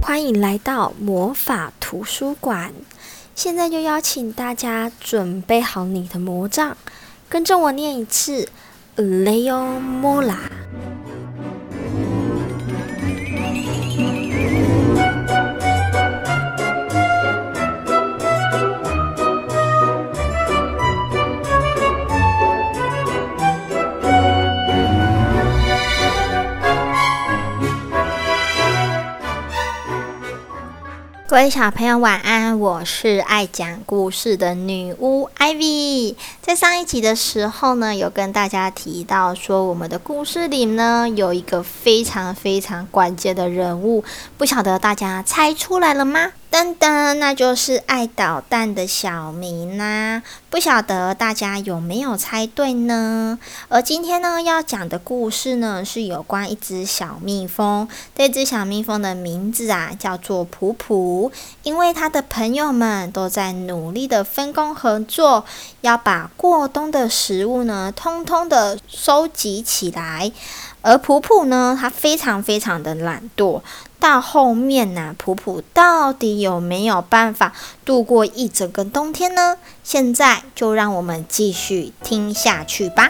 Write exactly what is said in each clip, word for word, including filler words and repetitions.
欢迎来到魔法图书馆。现在就邀请大家准备好你的魔杖，跟着我念一次 Leomola。各位小朋友晚安，我是爱讲故事的女巫 Ivy。 在上一集的时候呢，有跟大家提到说我们的故事里呢有一个非常非常关键的人物，不晓得大家猜出来了吗？噔噔，那就是爱捣蛋的小明啦、啊！不晓得大家有没有猜对呢？而今天呢要讲的故事呢是有关一只小蜜蜂。这只小蜜蜂的名字啊叫做普普，因为它的朋友们都在努力的分工合作，要把过冬的食物呢通通的收集起来。而普普呢，他非常非常的懒惰。到后面呢、啊，普普到底有没有办法度过一整个冬天呢？现在就让我们继续听下去吧。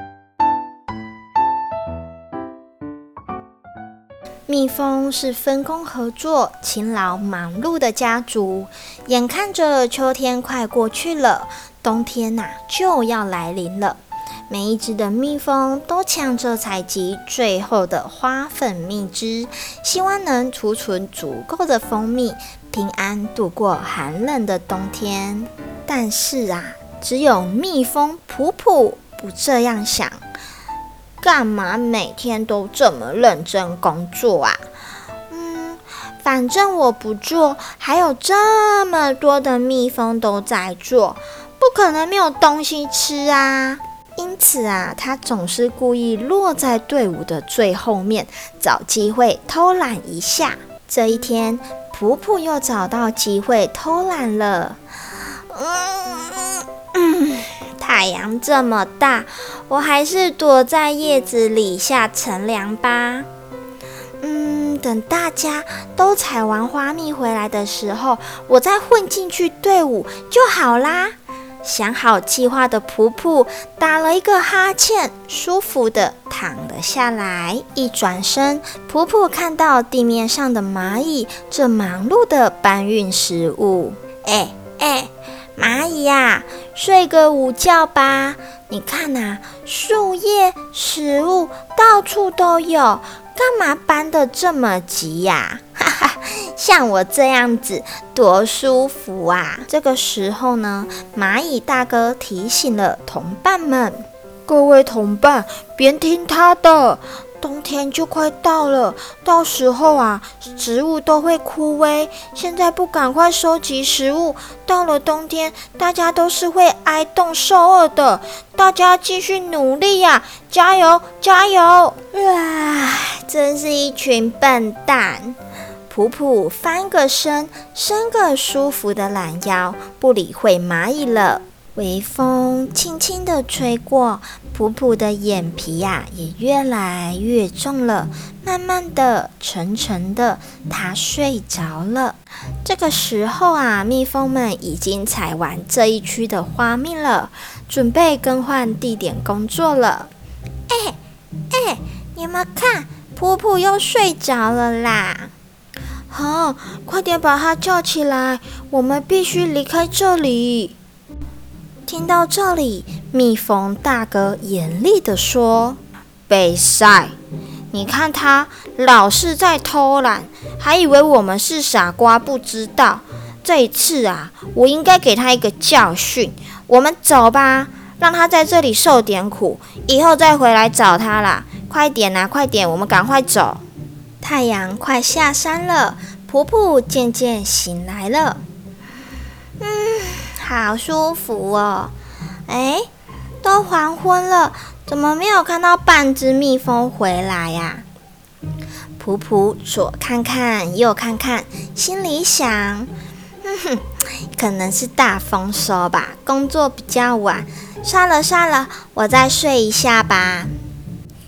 蜜蜂是分工合作、勤劳忙碌的家族。眼看着秋天快过去了，冬天啊就要来临了。每一只的蜜蜂都抢着采集最后的花粉蜜汁，希望能储存足够的蜂蜜，平安度过寒冷的冬天。但是啊，只有蜜蜂普普不这样想。干嘛每天都这么认真工作啊？嗯，反正我不做，还有这么多的蜜蜂都在做，不可能没有东西吃啊。因此啊，他总是故意落在队伍的最后面，找机会偷懒一下。这一天，普普又找到机会偷懒了。嗯嗯，太阳这么大，我还是躲在叶子里下乘凉吧。嗯，等大家都采完花蜜回来的时候，我再混进去队伍就好啦。想好计划的普普打了一个哈欠，舒服地躺了下来。一转身，普普看到地面上的蚂蚁正忙碌地搬运食物。哎哎，蚂蚁呀、啊，睡个午觉吧！你看啊，树叶、食物到处都有，干嘛搬得这么急呀、啊？哈哈，像我这样子多舒服啊！这个时候呢，蚂蚁大哥提醒了同伴们：各位同伴，别听他的，冬天就快到了，到时候啊，植物都会枯萎。现在不赶快收集食物，到了冬天，大家都是会挨冻受饿的。大家继续努力呀、啊，加油加油！唉，真是一群笨蛋。普普翻个身，伸个舒服的懒腰，不理会蚂蚁了。微风轻轻地吹过，普普的眼皮呀、啊、也越来越重了，慢慢的、沉沉的，他睡着了。这个时候啊，蜜蜂们已经采完这一区的花蜜了，准备更换地点工作了。哎哎，你们看，普普又睡着了啦！好，快点把他叫起来，我们必须离开这里。听到这里，蜜蜂大哥严厉地说：贝塞，你看他老是在偷懒，还以为我们是傻瓜不知道。这一次啊，我应该给他一个教训。我们走吧，让他在这里受点苦，以后再回来找他啦。快点啊，快点，我们赶快走。太阳快下山了，普普渐渐醒来了。嗯，好舒服哦。哎，都黄昏了，怎么没有看到半只蜜蜂回来呀、啊？普普左看看右看看，心里想：哼哼，可能是大丰收吧，工作比较晚。算了算了，我再睡一下吧。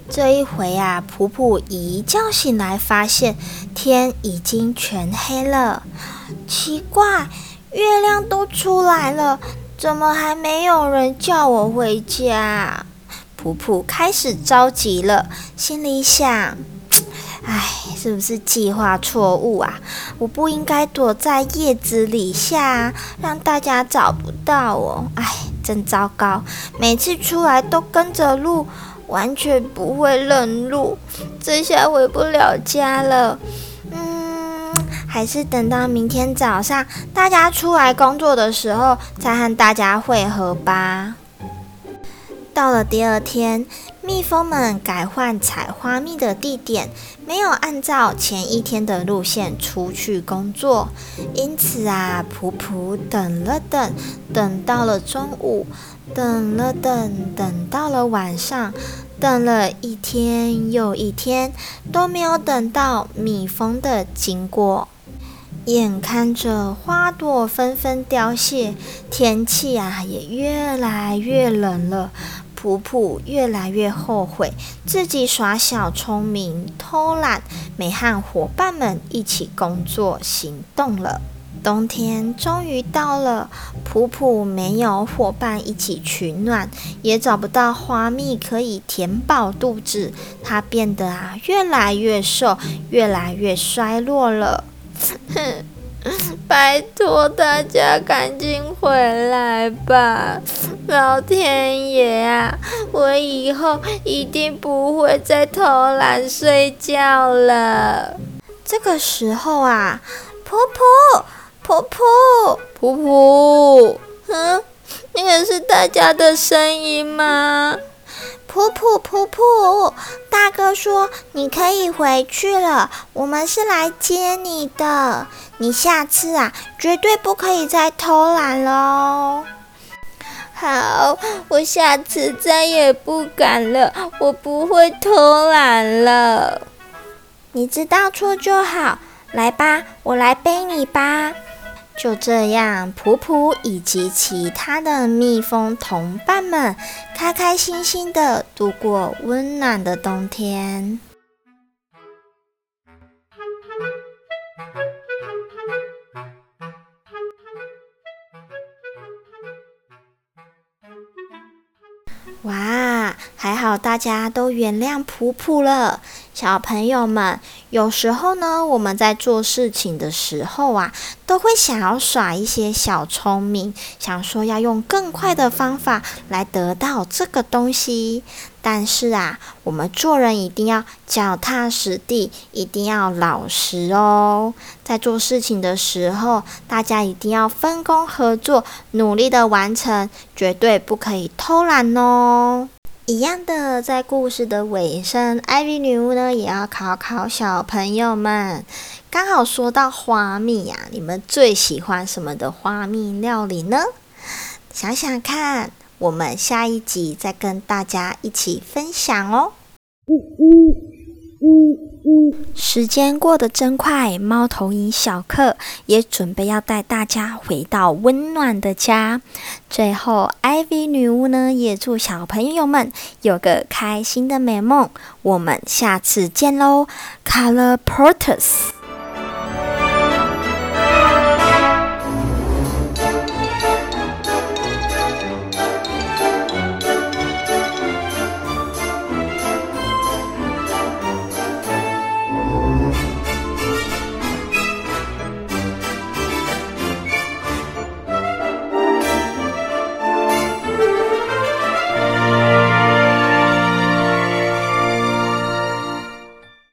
这一回啊，普普一觉醒来，发现天已经全黑了。奇怪，月亮都出来了，怎么还没有人叫我回家？普普开始着急了，心里想：哎，是不是计划错误啊？我不应该躲在叶子底下，让大家找不到我。哎，真糟糕！每次出来都跟着路，完全不会认路，这下回不了家了。嗯，还是等到明天早上大家出来工作的时候，再和大家会合吧。到了第二天，蜜蜂们改换采花蜜的地点，没有按照前一天的路线出去工作，因此啊，普普等了等，等到了中午，等了等，等到了晚上，等了一天又一天，都没有等到蜜蜂的经过。眼看着花朵纷纷凋谢，天气啊也越来越冷了。普普越来越后悔自己耍小聪明、偷懒，没和伙伴们一起工作行动了。冬天终于到了，普普没有伙伴一起取暖，也找不到花蜜可以填饱肚子，他变得啊越来越瘦，越来越衰弱了。哼，拜托大家赶紧回来吧！老天爷啊，我以后一定不会再偷懒睡觉了。这个时候啊，普普，普普，普普，嗯，那个是大家的声音吗？普普普普，大哥说你可以回去了，我们是来接你的。你下次啊，绝对不可以再偷懒喽。好，我下次再也不敢了，我不会偷懒了。你知道错就好，来吧，我来背你吧。就这样，普普以及其他的蜜蜂同伴们开开心心的度过温暖的冬天。哇，还好大家都原谅普普了。小朋友们，有时候呢，我们在做事情的时候啊，都会想要耍一些小聪明，想说要用更快的方法来得到这个东西。但是啊，我们做人一定要脚踏实地，一定要老实哦。在做事情的时候，大家一定要分工合作，努力的完成，绝对不可以偷懒哦。一样的，在故事的尾声，艾薇女巫呢也要考考小朋友们。刚好说到花蜜啊，你们最喜欢什么的花蜜料理呢？想想看，我们下一集再跟大家一起分享哦。时间过得真快，猫头鹰小克也准备要带大家回到温暖的家。最后，艾薇女巫呢也祝小朋友们有个开心的美梦。我们下次见喽 ，Color Porters。